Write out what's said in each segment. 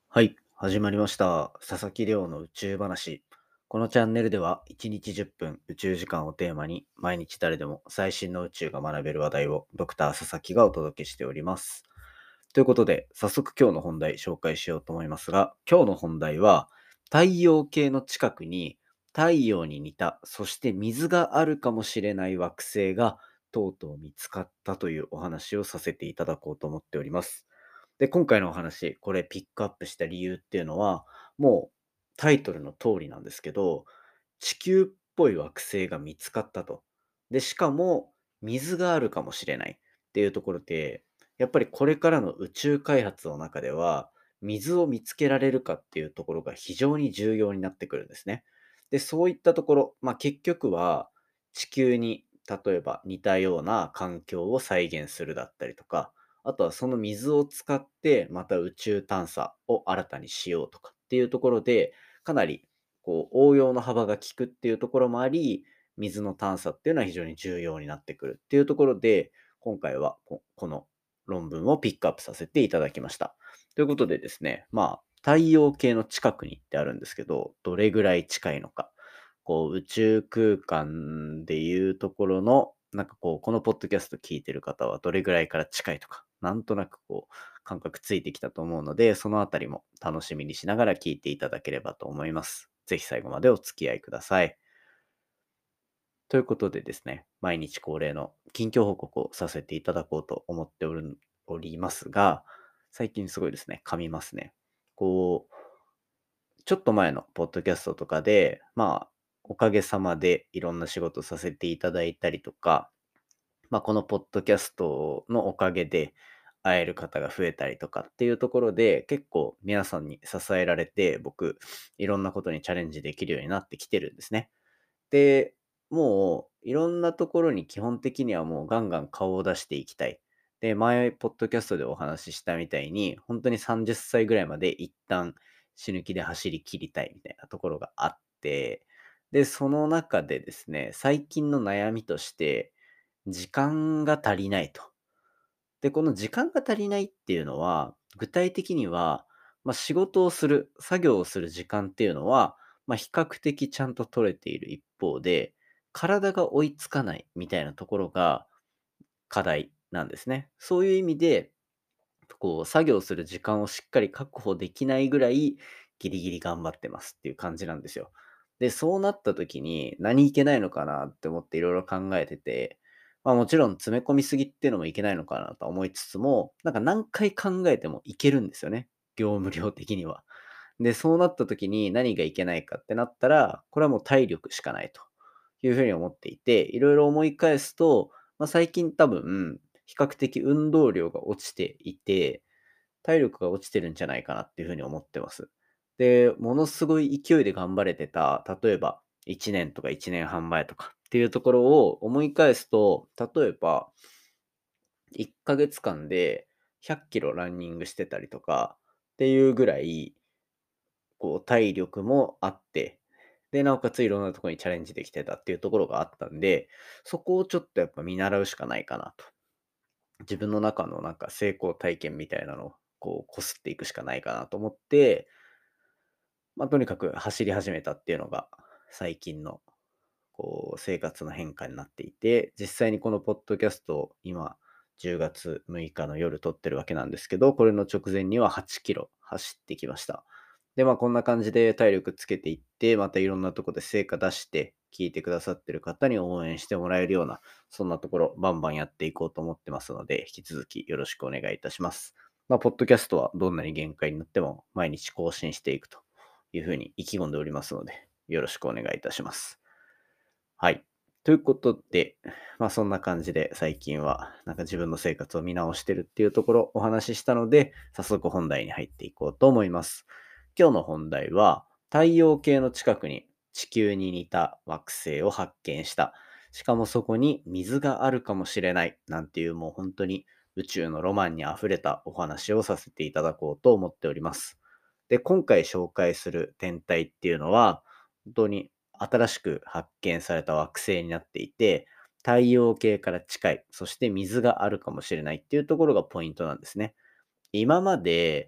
はい、始まりました。佐々木亮の宇宙話。このチャンネルでは1日10分宇宙時間をテーマに毎日誰でも最新の宇宙が学べる話題をドクター佐々木がお届けしております。ということで、早速今日の本題紹介しようと思いますが、今日の本題は太陽系の近くに太陽に似た、そして水があるかもしれない惑星がとうとう見つかったというお話をさせていただこうと思っております。で、今回のお話、これピックアップした理由っていうのは、もうタイトルの通りなんですけど、地球っぽい惑星が見つかったと。で、しかも水があるかもしれないっていうところで、やっぱりこれからの宇宙開発の中では、水を見つけられるかっていうところが非常に重要になってくるんですね。で、そういったところ、結局は地球に例えば似たような環境を再現するだったりとか、あとはその水を使ってまた宇宙探査を新たにしようとかっていうところで、かなり応用の幅が利くっていうところもあり、水の探査っていうのは非常に重要になってくるっていうところで、今回はこの論文をピックアップさせていただきました。ということでですね、太陽系の近くにってあるんですけど、どれぐらい近いのか。宇宙空間でいうところの、このポッドキャスト聞いてる方はどれぐらいから近いとか、なんとなく感覚ついてきたと思うので、そのあたりも楽しみにしながら聞いていただければと思います。ぜひ最後までお付き合いください。ということでですね、毎日恒例の近況報告をさせていただこうと思っておりますが、最近すごいですね、噛みますね。ちょっと前のポッドキャストとかで、おかげさまでいろんな仕事させていただいたりとか、このポッドキャストのおかげで会える方が増えたりとかっていうところで、結構皆さんに支えられて、僕、いろんなことにチャレンジできるようになってきてるんですね。で、もういろんなところに基本的にはもうガンガン顔を出していきたい。で、前、ポッドキャストでお話ししたみたいに、本当に30歳ぐらいまで一旦死ぬ気で走り切りたいみたいなところがあって、で、その中でですね、最近の悩みとして、時間が足りないと。で、この時間が足りないっていうのは、具体的には、仕事をする、作業をする時間っていうのは、比較的ちゃんと取れている一方で、体が追いつかないみたいなところが課題なんですね。そういう意味で、作業する時間をしっかり確保できないぐらい、ギリギリ頑張ってますっていう感じなんですよ。で、そうなった時に、何いけないのかなって思っていろいろ考えてて、もちろん詰め込みすぎっていうのもいけないのかなとは思いつつも、何回考えてもいけるんですよね。業務量的には。で、そうなった時に何がいけないかってなったら、これはもう体力しかないというふうに思っていて、いろいろ思い返すと、最近多分、比較的運動量が落ちていて、体力が落ちてるんじゃないかなっていうふうに思ってます。で、ものすごい勢いで頑張れてた、例えば1年とか1年半前とかっていうところを思い返すと、例えば1ヶ月間で100キロランニングしてたりとかっていうぐらい、体力もあって、で、なおかついろんなところにチャレンジできてたっていうところがあったんで、そこをちょっとやっぱ見習うしかないかなと。自分の中の成功体験みたいなのをこすっていくしかないかなと思って、とにかく走り始めたっていうのが最近の生活の変化になっていて、実際にこのポッドキャストを今10月6日の夜撮ってるわけなんですけど、これの直前には8キロ走ってきました。で、こんな感じで体力つけていって、またいろんなとこで成果出して、聞いてくださってる方に応援してもらえるような、そんなところバンバンやっていこうと思ってますので、引き続きよろしくお願いいたします。ポッドキャストはどんなに限界になっても毎日更新していくというふうに意気込んでおりますので、よろしくお願いいたします。はい。ということで、そんな感じで最近は自分の生活を見直してるっていうところお話ししたので、早速本題に入っていこうと思います。今日の本題は、太陽系の近くに地球に似た惑星を発見した。しかもそこに水があるかもしれないなんていうもう本当に宇宙のロマンに溢れたお話をさせていただこうと思っております。で、今回紹介する天体っていうのは、本当に新しく発見された惑星になっていて、太陽系から近い、そして水があるかもしれないっていうところがポイントなんですね。今まで、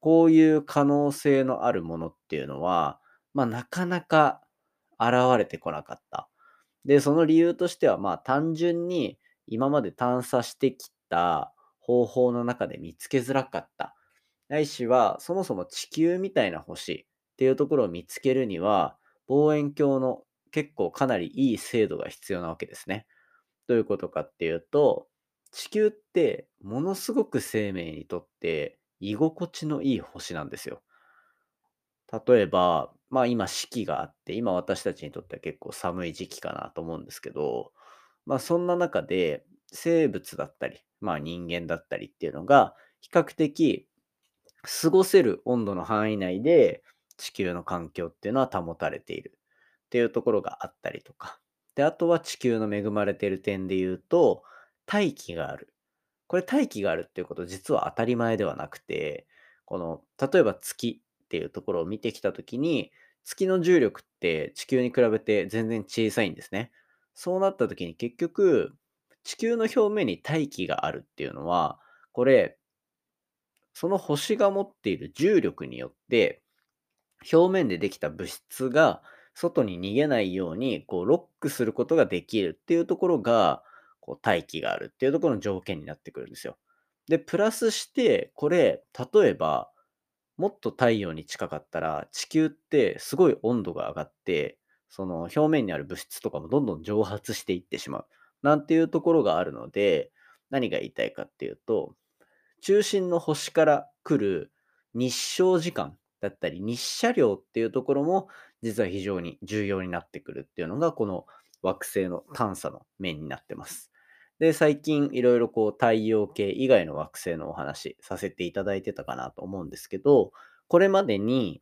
こういう可能性のあるものっていうのは、なかなか現れてこなかった。で、その理由としては、単純に今まで探査してきた方法の中で見つけづらかった。ないしは、そもそも地球みたいな星っていうところを見つけるには、望遠鏡の結構かなりいい精度が必要なわけですね。どういうことかっていうと、地球ってものすごく生命にとって居心地のいい星なんですよ。例えば、今四季があって、今私たちにとっては結構寒い時期かなと思うんですけど、そんな中で生物だったり、人間だったりっていうのが比較的過ごせる温度の範囲内で地球の環境っていうのは保たれているっていうところがあったりとか。で、あとは地球の恵まれている点で言うと、大気がある。これ大気があるっていうこと実は当たり前ではなくて、例えば月っていうところを見てきたときに、月の重力って地球に比べて全然小さいんですね。そうなったときに結局、地球の表面に大気があるっていうのは、これ、その星が持っている重力によって、表面でできた物質が外に逃げないように、ロックすることができるっていうところが、大気があるっていうところの条件になってくるんですよ。で、プラスして、これ、例えば、もっと太陽に近かったら、地球ってすごい温度が上がって、その表面にある物質とかもどんどん蒸発していってしまう。なんていうところがあるので、何が言いたいかっていうと、中心の星から来る日照時間だったり、日射量っていうところも、実は非常に重要になってくるっていうのが、この惑星の探査の面になってます。で、最近いろいろ太陽系以外の惑星のお話させていただいてたかなと思うんですけど、これまでに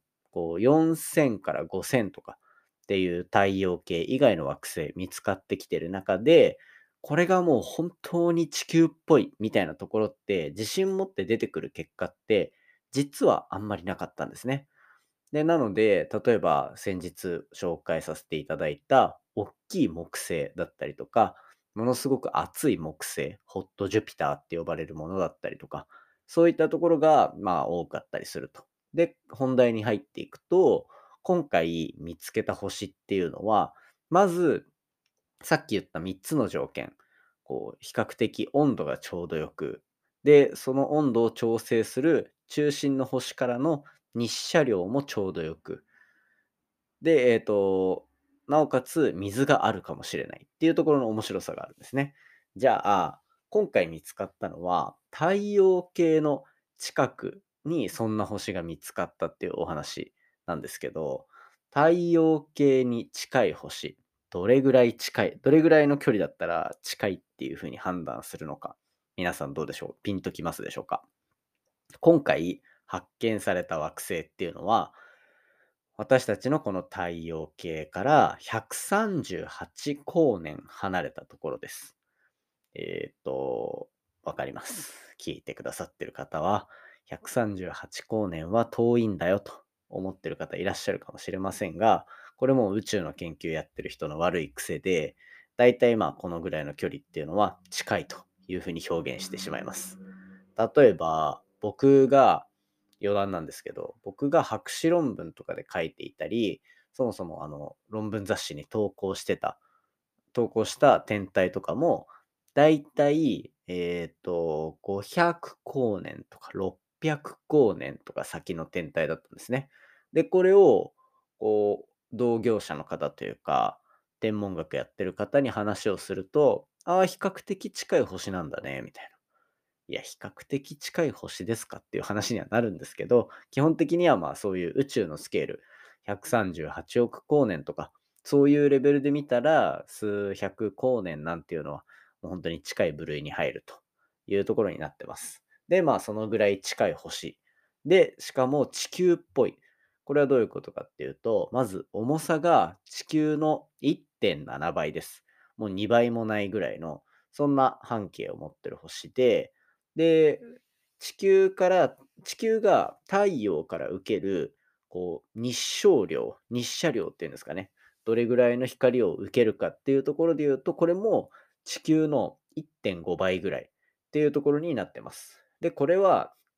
4000から5000とかっていう太陽系以外の惑星見つかってきてる中で、これがもう本当に地球っぽいみたいなところって、自信持って出てくる結果って、実はあんまりなかったんですね。で、なので、例えば先日紹介させていただいた大きい木星だったりとか、ものすごく熱い木星、ホットジュピターって呼ばれるものだったりとか、そういったところが、多かったりすると。で、本題に入っていくと、今回見つけた星っていうのは、まずさっき言った3つの条件。比較的温度がちょうどよく、で、その温度を調整する中心の星からの日射量もちょうどよく、で、なおかつ水があるかもしれないっていうところの面白さがあるんですね。じゃあ、今回見つかったのは、太陽系の近くにそんな星が見つかったっていうお話なんですけど、太陽系に近い星、どれぐらい近い、どれぐらいの距離だったら近いっていうふうに判断するのか、皆さんどうでしょう？ピンときますでしょうか？今回発見された惑星っていうのは、私たちのこの太陽系から138光年離れたところです。えっと、わかります。聞いてくださってる方は、138光年は遠いんだよと思ってる方いらっしゃるかもしれませんが、これも宇宙の研究やってる人の悪い癖で、だいたいこのぐらいの距離っていうのは近いというふうに表現してしまいます。例えば、僕が余談なんですけど、僕が博士論文とかで書いていたり、そもそも論文雑誌に投稿した天体とかも、だいたい、500光年とか600光年とか先の天体だったんですね。で、これを、同業者の方というか、天文学やってる方に話をすると、ああ、比較的近い星なんだね、みたいな。いや、比較的近い星ですかっていう話にはなるんですけど、基本的にはそういう宇宙のスケール、138億光年とか、そういうレベルで見たら、数百光年なんていうのは、もう本当に近い部類に入るというところになってます。で、そのぐらい近い星。で、しかも地球っぽい。これはどういうことかっていうと、まず重さが地球の1.7倍です。もう2倍もないぐらいの、そんな半径を持ってる星で、で、地球が太陽から受ける、日照量、日射量っていうんですかね。どれぐらいの光を受けるかっていうところで言うと、これも地球の1.5倍ぐらいっていうところになってます。で、これは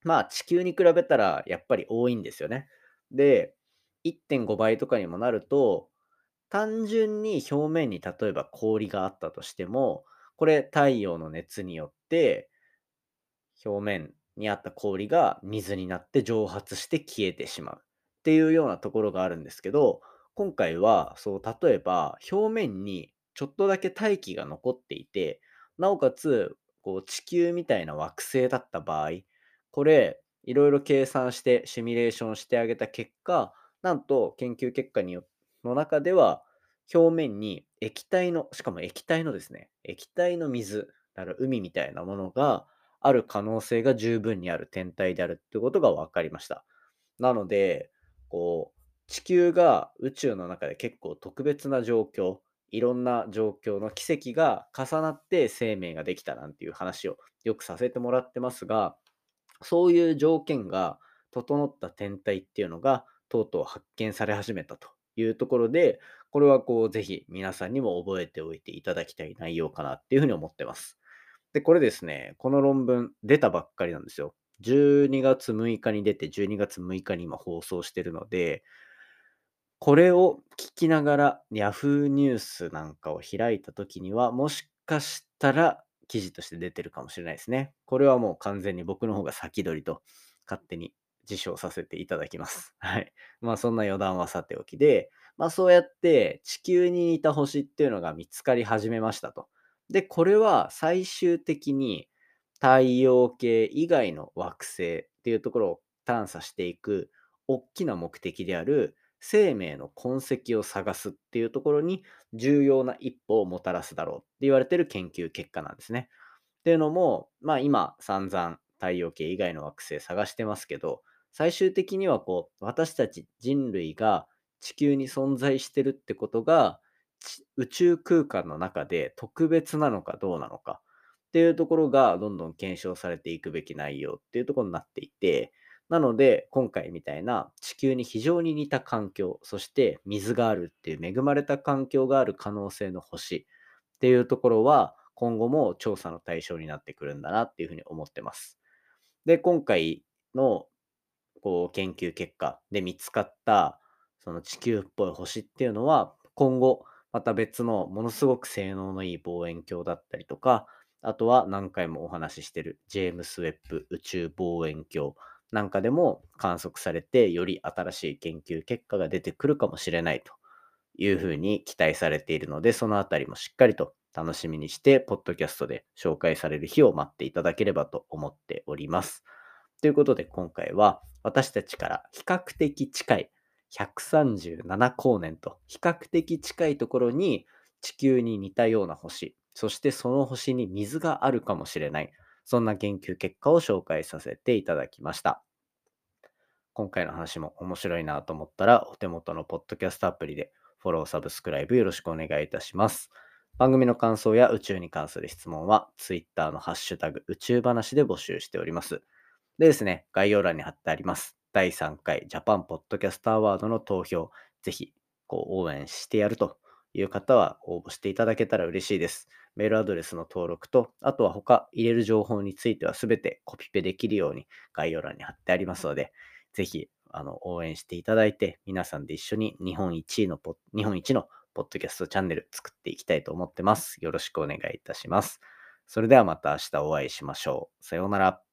地球に比べたらやっぱり多いんですよね。で、1.5倍とかにもなると、単純に表面に例えば氷があったとしても、これ太陽の熱によって表面にあった氷が水になって蒸発して消えてしまうっていうようなところがあるんですけど、今回はそう例えば表面にちょっとだけ大気が残っていて、なおかつこう地球みたいな惑星だった場合、これいろいろ計算してシミュレーションしてあげた結果、なんと研究結果の中では表面に液体の、しかも液体のですね、液体の水、だから海みたいなものがある可能性が十分にある天体であるってことが分かりました。なので、こう、地球が宇宙の中で結構特別な状況、いろんな状況の奇跡が重なって生命ができたなんていう話をよくさせてもらってますが、そういう条件が整った天体っていうのがとうとう発見され始めたというところで、これはこうぜひ皆さんにも覚えておいていただきたい内容かなっていうふうに思ってます。で、これですね、この論文出たばっかりなんですよ。12月6日に出て、12月6日に今放送してるので、これを聞きながら Yahoo ニュースなんかを開いた時には、もしかしたら記事として出てるかもしれないですね。これはもう完全に僕の方が先取りと勝手に自称させていただきます。はい。そんな余談はさておきで、そうやって地球に似た星っていうのが見つかり始めましたと。で、これは最終的に太陽系以外の惑星っていうところを探査していく大きな目的である生命の痕跡を探すっていうところに重要な一歩をもたらすだろうって言われてる研究結果なんですね。っていうのも、今散々太陽系以外の惑星探してますけど、最終的にはこう私たち人類が地球に存在してるってことが宇宙空間の中で特別なのかどうなのかっていうところがどんどん検証されていくべき内容っていうところになっていて、なので今回みたいな地球に非常に似た環境、そして水があるっていう恵まれた環境がある可能性の星っていうところは今後も調査の対象になってくるんだなっていうふうに思ってます。で、今回のこう研究結果で見つかったその地球っぽい星っていうのは、今後また別のものすごく性能のいい望遠鏡だったりとか、あとは何回もお話ししてるジェームス・ウェッブ宇宙望遠鏡なんかでも観測されて、より新しい研究結果が出てくるかもしれないというふうに期待されているので、そのあたりもしっかりと楽しみにして、ポッドキャストで紹介される日を待っていただければと思っております。ということで今回は私たちから比較的近い137光年と比較的近いところに地球に似たような星、そしてその星に水があるかもしれない、そんな研究結果を紹介させていただきました。今回の話も面白いなと思ったら、お手元のポッドキャストアプリでフォロー、サブスクライブよろしくお願いいたします。番組の感想や宇宙に関する質問は、Twitter のハッシュタグ宇宙話で募集しております。でですね、概要欄に貼ってあります。第3回ジャパンポッドキャストアワードの投票、ぜひ応援してやるという方は応募していただけたら嬉しいです。メールアドレスの登録と、あとは他入れる情報についてはすべてコピペできるように概要欄に貼ってありますので、ぜひ応援していただいて、皆さんで一緒に日本一のポッドキャストチャンネル作っていきたいと思ってます。よろしくお願いいたします。それではまた明日お会いしましょう。さようなら。